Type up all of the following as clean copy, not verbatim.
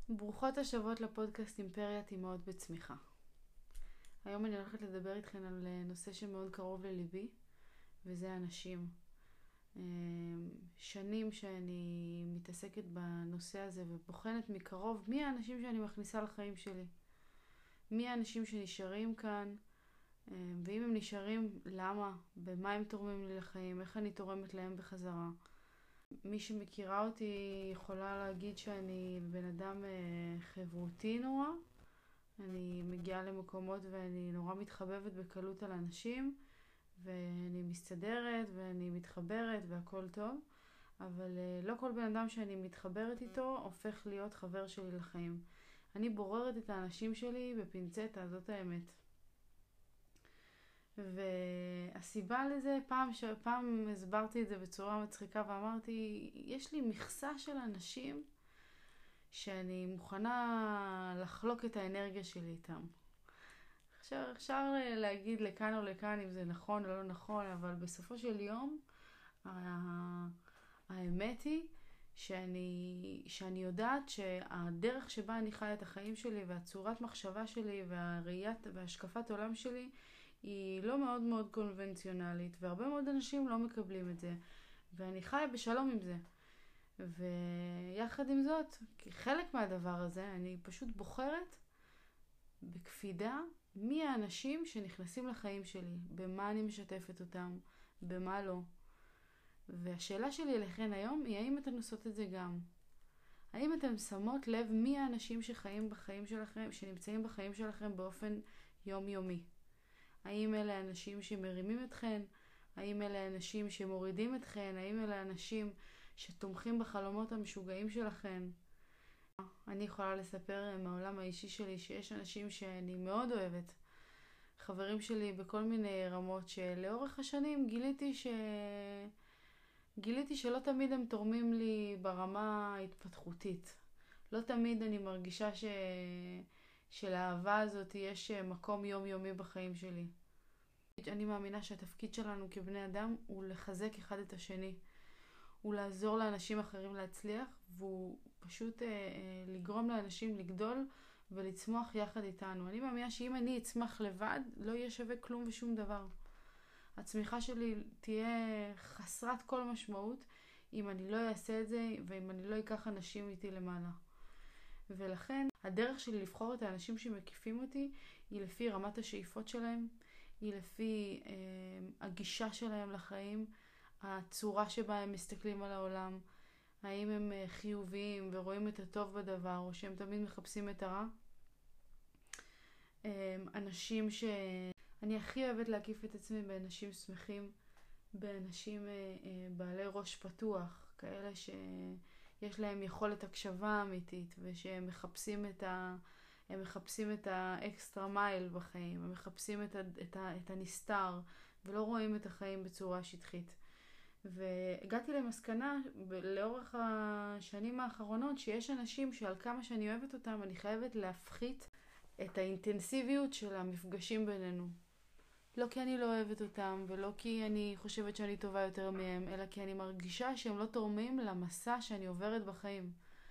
ברוכות השבות לפודקאסט אימפריית אימהות בצמיחה. היום אני הולכת לדבר איתכן על נושא שמאוד קרוב לליבי, וזה אנשים. שנים שאני מתעסקת בנושא הזה ובוחנת מקרוב מי האנשים שאני מכניסה לחיים שלי. מי האנשים שנשארים כאן, ואם הם נשארים, למה? במה הם תורמים לי לחיים? איך אני תורמת להם בחזרה? מי שמכירה אותי יכולה להגיד שאני בן אדם חברותי נורא. אני מגיעה למקומות ואני נורא מתחבבת בקלות על אנשים, ואני מסתדרת ואני מתחברת והכל טוב, אבל לא כל בן אדם שאני מתחברת איתו הופך להיות חבר שלי לחיים. אני בוררת את האנשים שלי בפינצטה, זאת האמת. והסיבה לזה, פעם הסברתי את זה בצורה מצחיקה ואמרתי, יש לי מכסה של אנשים שאני מוכנה לחלוק את האנרגיה שלי איתם. אפשר להגיד לכאן או לכאן אם זה נכון או לא נכון, אבל בסופו של יום האמת היא שאני יודעת שהדרך שבה אני חיה את החיים שלי והצורת מחשבה שלי והראיית והשקפת עולם שלי היא לא מאוד מאוד קונבנציונלית, והרבה מאוד אנשים לא מקבלים את זה, ואני חיה בשלום עם זה. ויחד עם זאת, כחלק מהדבר הזה, אני פשוט בוחרת בקפידה מי האנשים שנכנסים לחיים שלי, במה אני משתפת אותם, במה לא. והשאלה שלי אליכן היום היא האם אתן עושות את זה גם? האם אתן שמות לב מי האנשים שחיים בחיים שלכם, שנמצאים בחיים שלכם באופן יומיומי? האם אלה אנשים שמרימים אתכן? האם אלה אנשים שמורידים אתכן? האם אלה אנשים שתומכים בחלומות המשוגעים שלכן? אני יכולה לספר מהעולם האישי שלי שיש אנשים שאני מאוד אוהבת, חברים שלי בכל מיני רמות, שלאורך השנים גיליתי שלא תמיד הם תורמים לי ברמה ההתפתחותית. לא תמיד אני מרגישה שלאהבה הזאת יש מקום יומיומי בחיים שלי. אני מאמינה שהתפקיד שלנו כבני אדם הוא לחזק אחד את השני. הוא לעזור לאנשים אחרים להצליח, והוא פשוט לגרום לאנשים לגדול ולצמוח יחד איתנו. אני מאמינה שאם אני אצמח לבד, לא יהיה שווה כלום ושום דבר. הצמיחה שלי תהיה חסרת כל משמעות אם אני לא אעשה את זה ואם אני לא אקח אנשים איתי למעלה. ולכן הדרך שלי לבחור את האנשים שמקיפים אותי היא לפי רמת השאיפות שלהם, היא לפי הגישה שלהם לחיים, הצורה שבה הם מסתכלים על העולם, האם הם חיוביים ורואים את הטוב בדבר או שהם תמיד מחפשים את הרע. אנשים אני הכי אוהבת להקיף את עצמי באנשים שמחים, באנשים בעלי ראש פתוח, כאלה שיש להם יכולת הקשבה אמיתית ושהם מחפשים את האקסטרה מייל בחיים, הם מחפשים את הנסתר ולא רואים את החיים בצורה שטחית. והגעתי למסקנה לאורך השנים האחרונות שיש אנשים שעל כמה שאני אוהבת אותם אני חייבת להפחית את האינטנסיביות של המפגשים בינינו. לא כי אני לא אוהבת אותם ולא כי אני חושבת שאני טובה יותר מהם, אלא כי אני מרגישה שהם לא תורמים למסע שאני עוברת בחיים.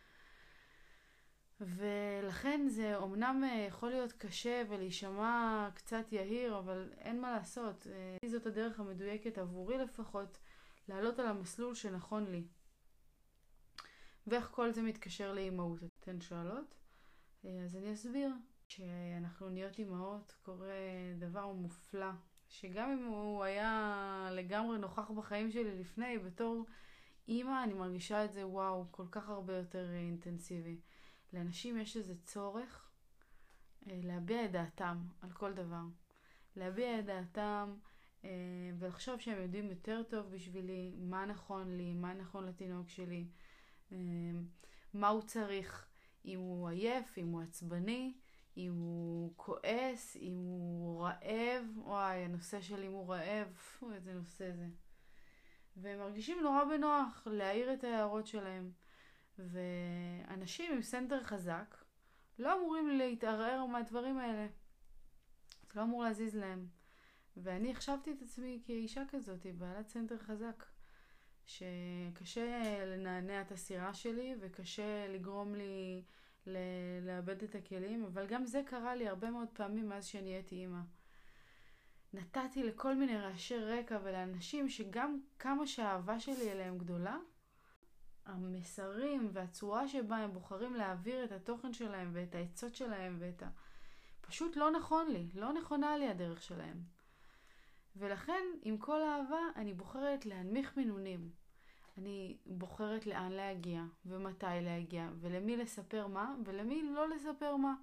ולכן זה אומנם יכול להיות קשה ולהישמע קצת יהיר, אבל אין מה לעשות. זאת הדרך המדויקת עבורי לפחות, לעלות על המסלול שנכון לי. ואיך כל זה מתקשר לאימהות? אתן שואלות? אז אני אסביר. כשאנחנו נהיות אימהות קורה דבר מופלא, שגם אם הוא היה לגמרי נוכח בחיים שלי לפני, בתור אימא אני מרגישה את זה וואו, כל כך הרבה יותר אינטנסיבי. לאנשים יש איזה צורך להביע את דעתם על כל דבר. להביע את דעתם ולחשוב שהם יודעים יותר טוב בשבילי, מה נכון לי, מה נכון לתינוק שלי, מה הוא צריך, אם הוא עייף, אם הוא עצבני, אם הוא כועס, אם הוא רעב, וואי, הנושא של אם הוא רעב, איזה נושא זה. והם מרגישים נורא בנוח להעיר את ההערות שלהם. ואנשים עם סנטר חזק לא אמורים להתערער מהדברים האלה. זה לא אמור להזיז להם. ואני החשבתי את עצמי כאישה כזאת, בעלת סנטר חזק, שקשה לנענע את הסירה שלי וקשה לגרום לי לאבד את הכלים, אבל גם זה קרה לי הרבה מאוד פעמים מאז שנהייתי אימא. נתתי לכל מיני רעשי רקע ולאנשים שגם כמה שהאהבה שלי אליהם גדולה, המסרים והצורה שבה הם בוחרים להעביר את התוכן שלהם ואת העצות שלהם פשוט לא נכון לי, לא נכונה לי הדרך שלהם. ולכן, עם כל האהבה, אני בוחרת להנמיך מינונים. אני בוחרת לאן להגיע, ומתי להגיע, ולמי לספר מה, ולמי לא לספר מה.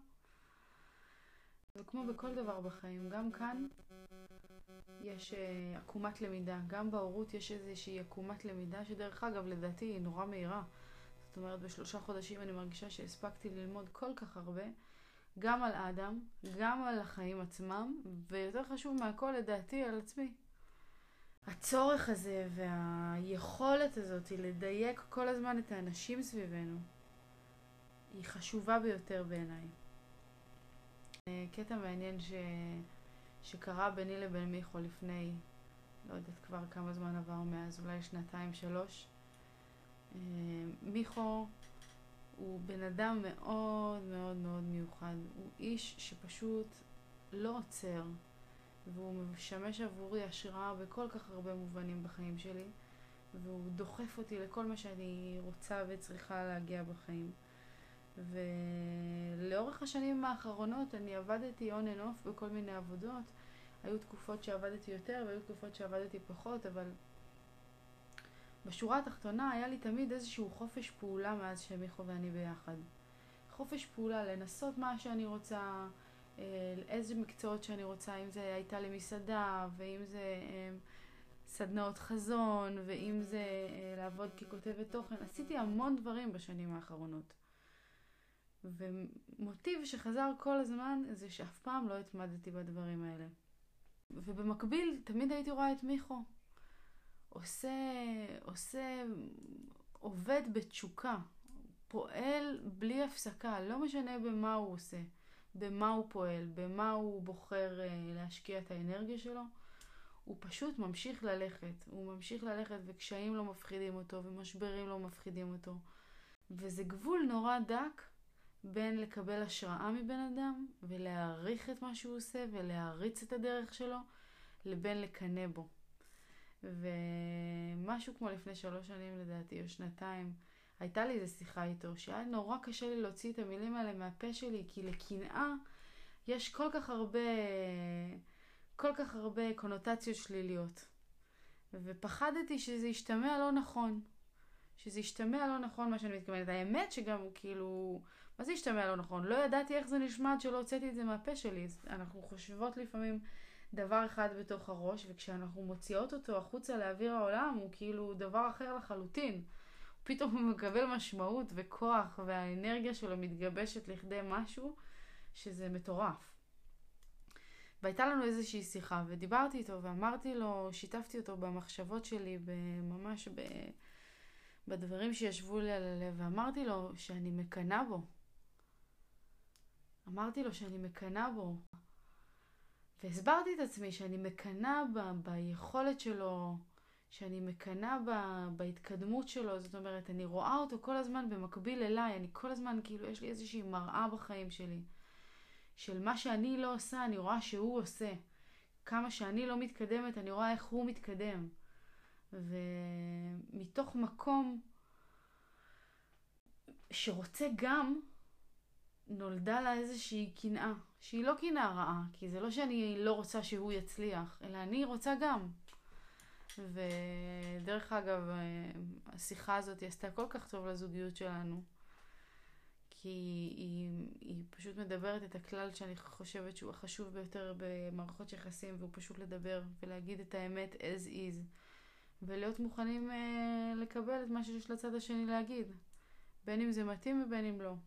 וכמו בכל דבר בחיים, גם כאן יש עקומת למידה. גם בהורות יש איזושהי עקומת למידה, שדרך אגב, לדעתי, היא נורא מהירה. זאת אומרת, ב3 חודשים אני מרגישה שהספקתי ללמוד כל כך הרבה, גם על אדם, גם על החיים עצמם, ויותר חשוב מהכל, לדעתי, על עצמי. הצורך הזה והיכולת הזאת לדייק כל הזמן את האנשים סביבנו היא חשובה ביותר בעיניי. קטע מעניין שקרה ביני לבין מיכו לפני, לא יודעת כבר כמה זמן עבר מאז, אולי 2-3. מיכו הוא בן אדם מאוד מאוד מאוד מיוחד. הוא איש שפשוט לא עוצר, והוא משמש עבורי השראה בכל כך הרבה מובנים בחיים שלי, והוא דוחף אותי לכל מה שאני רוצה וצריכה להגיע בחיים. ולאורך השנים האחרונות אני עבדתי on and off בכל מיני עבודות. היו תקופות שעבדתי יותר והיו תקופות שעבדתי פחות, אבל בשורה התחתונה היה לי תמיד איזשהו חופש פעולה מאז שמיכו ואני ביחד. חופש פעולה, לנסות מה שאני רוצה, איזה מקצועות שאני רוצה, אם זה הייתה לי מסעדה, ואם זה סדנאות חזון, ואם זה לעבוד ככותבת תוכן. עשיתי המון דברים בשנים האחרונות. ומוטיב שחזר כל הזמן זה שאף פעם לא התמדתי בדברים האלה. ובמקביל תמיד הייתי רואה את מיכו. עובד בתשוקה, פועל בלי הפסקה, לא משנה במה הוא עושה, במה הוא פועל, במה הוא בוחר להשקיע את האנרגיה שלו. הוא פשוט ממשיך ללכת וקשיים לא מפחידים אותו ומשברים לא מפחידים אותו. וזה גבול נורא דק בין לקבל השראה מבן אדם ולהעריך את מה שהוא עושה ולהריץ את הדרך שלו, לבין לקנא בו. ומשהו כמו לפני 3 שנים לדעתי, או 2, הייתה לי איזו שיחה איתו, שהיה נורא קשה לי להוציא את המילים האלה מהפה שלי, כי לקנאה יש כל כך הרבה קונוטציות שליליות. ופחדתי שזה ישתמע לא נכון. מה שאני מתכוונת. האמת שגם כאילו, מה זה ישתמע לא נכון? לא ידעתי איך זה נשמע עד שלא הוצאתי את זה מהפה שלי. אנחנו חושבות לפעמים דבר אחד בתוך הראש, וכשאנחנו מוציאות אותו החוצה לאוויר העולם, הוא כאילו דבר אחר לחלוטין. פתאום הוא מקבל משמעות וכוח, והאנרגיה שלו מתגבשת לכדי משהו שזה מטורף. והייתה לנו איזושהי שיחה, ודיברתי איתו ואמרתי לו, שיתפתי אותו במחשבות שלי, ממש בדברים שישבו לי על הלב, ואמרתי לו שאני מקנאה בו. והסברתי את עצמי שאני מקנאה ביכולת שלו, שאני מקנאה בהתקדמות שלו. זאת אומרת, אני רואה אותו כל הזמן במקביל אליי, אני כל הזמן כאילו יש לי איזושהי מראה בחיים שלי, של מה שאני לא עושה, אני רואה שהוא עושה. כמה שאני לא מתקדמת, אני רואה איך הוא מתקדם. ומתוך מקום שרוצה גם, נולדה לה איזושהי קנאה, שהיא לא קנאה רעה, כי זה לא שאני לא רוצה שהוא יצליח, אלא אני רוצה גם. ודרך אגב, השיחה הזאת עשתה כל כך טוב לזוגיות שלנו, כי היא פשוט מדברת את הכלל שאני חושבת שהוא החשוב ביותר במערכות יחסים, והוא פשוט לדבר ולהגיד את האמת as is, ולהיות מוכנים לקבל את מה שיש לצד השני להגיד, בין אם זה מתאים ובין אם לא.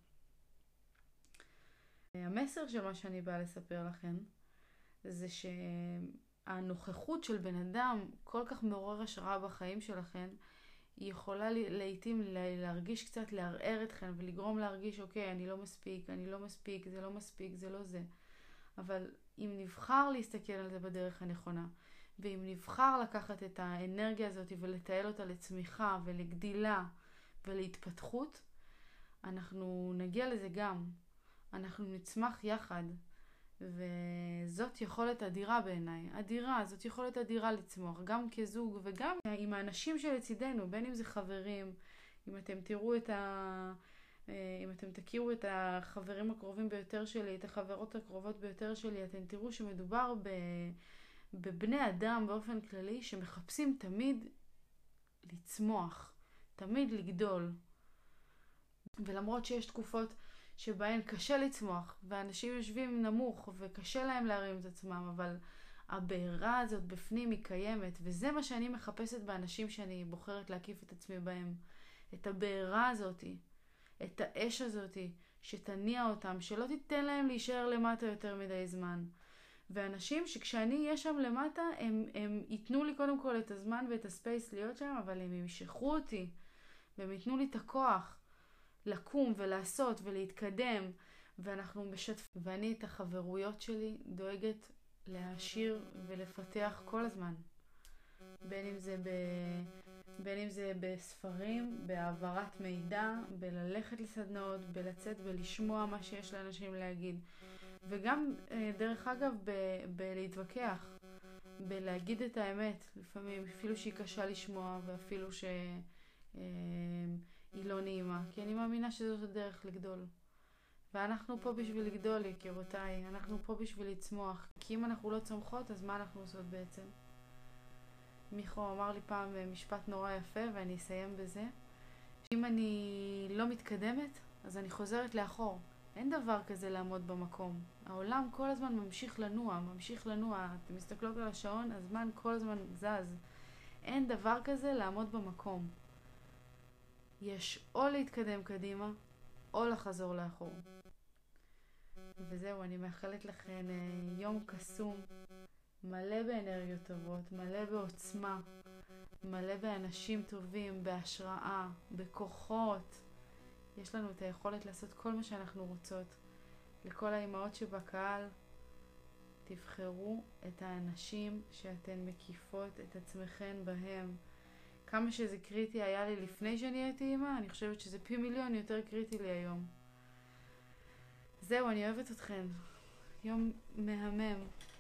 המסר של מה שאני באה לספר לכם זה שהנוכחות של בן אדם כל כך מעורר השראה בחיים שלכם, היא יכולה לעתים להרגיש קצת, לערער אתכם ולגרום להרגיש, אוקיי, אני לא מספיק, זה לא מספיק, זה לא זה. אבל אם נבחר להסתכל על זה בדרך הנכונה, ואם נבחר לקחת את האנרגיה הזאת ולטייל אותה לצמיחה ולגדילה ולהתפתחות, אנחנו נגיע לזה גם. אנחנו נצמח יחד. וזאת יכולת אדירה בעיניי. אדירה, זאת יכולת אדירה לצמוח. גם כזוג וגם עם האנשים שלצידנו, בין אם זה חברים. אם אתם תראו אם אתם תכירו את החברים הקרובים ביותר שלי, את החברות הקרובות ביותר שלי, אתם תראו שמדובר בבני אדם באופן כללי שמחפשים תמיד לצמוח, תמיד לגדול. ולמרות שיש תקופות שבהן קשה לצמוח, ואנשים יושבים נמוך וקשה להם להרים את עצמם, אבל הבעירה הזאת בפנים היא קיימת, וזה מה שאני מחפשת באנשים שאני בוחרת להקיף את עצמי בהם. את הבעירה הזאת, את האש הזאת, שתניע אותם, שלא תיתן להם להישאר למטה יותר מדי זמן. ואנשים שכשאני אהיה שם למטה, הם ייתנו לי קודם כל את הזמן ואת הספייס להיות שם, אבל הם ימשכו אותי, והם ייתנו לי את הכוח לקום ולעשות ולהתקדם, ואנחנו משתפים. ואני את החברויות שלי דואגת להעשיר ולפתח כל הזמן. בין אם זה בספרים, בהעברת מידע, בללכת לסדנאות, בלצאת ולשמוע מה שיש לאנשים להגיד. וגם, דרך אגב, בלהתווכח, בלהגיד את האמת, לפעמים, אפילו שהיא קשה לשמוע, ואפילו שהיא לא נעימה. כי אני מאמינה שזאת הדרך לגדול. ואנחנו פה בשביל לגדול, יקירותיי. אנחנו פה בשביל לצמוח. כי אם אנחנו לא צומחות, אז מה אנחנו עושות בעצם? מיכו אמר לי פעם משפט נורא יפה, ואני אסיים בזה. אם אני לא מתקדמת, אז אני חוזרת לאחור. אין דבר כזה לעמוד במקום. העולם כל הזמן ממשיך לנוע. אתם מסתכלות על השעון, הזמן כל הזמן זז. אין דבר כזה לעמוד במקום. יש או להתקדם קדימה, או לחזור לאחור. וזהו, אני מאחלת לכם יום קסום, מלא באנרגיות טובות, מלא בעוצמה, מלא באנשים טובים, בהשראה, בכוחות. יש לנו את היכולת לעשות כל מה שאנחנו רוצות. לכל האימהות שבקהל, תבחרו את האנשים שאתן מקיפות את עצמכן בהם. כמה שזה קריטי היה לי לפני שאני הייתי אימא, אני חושבת שזה פי מיליון יותר קריטי לי היום. זהו, אני אוהבת אתכן. יום מהמם.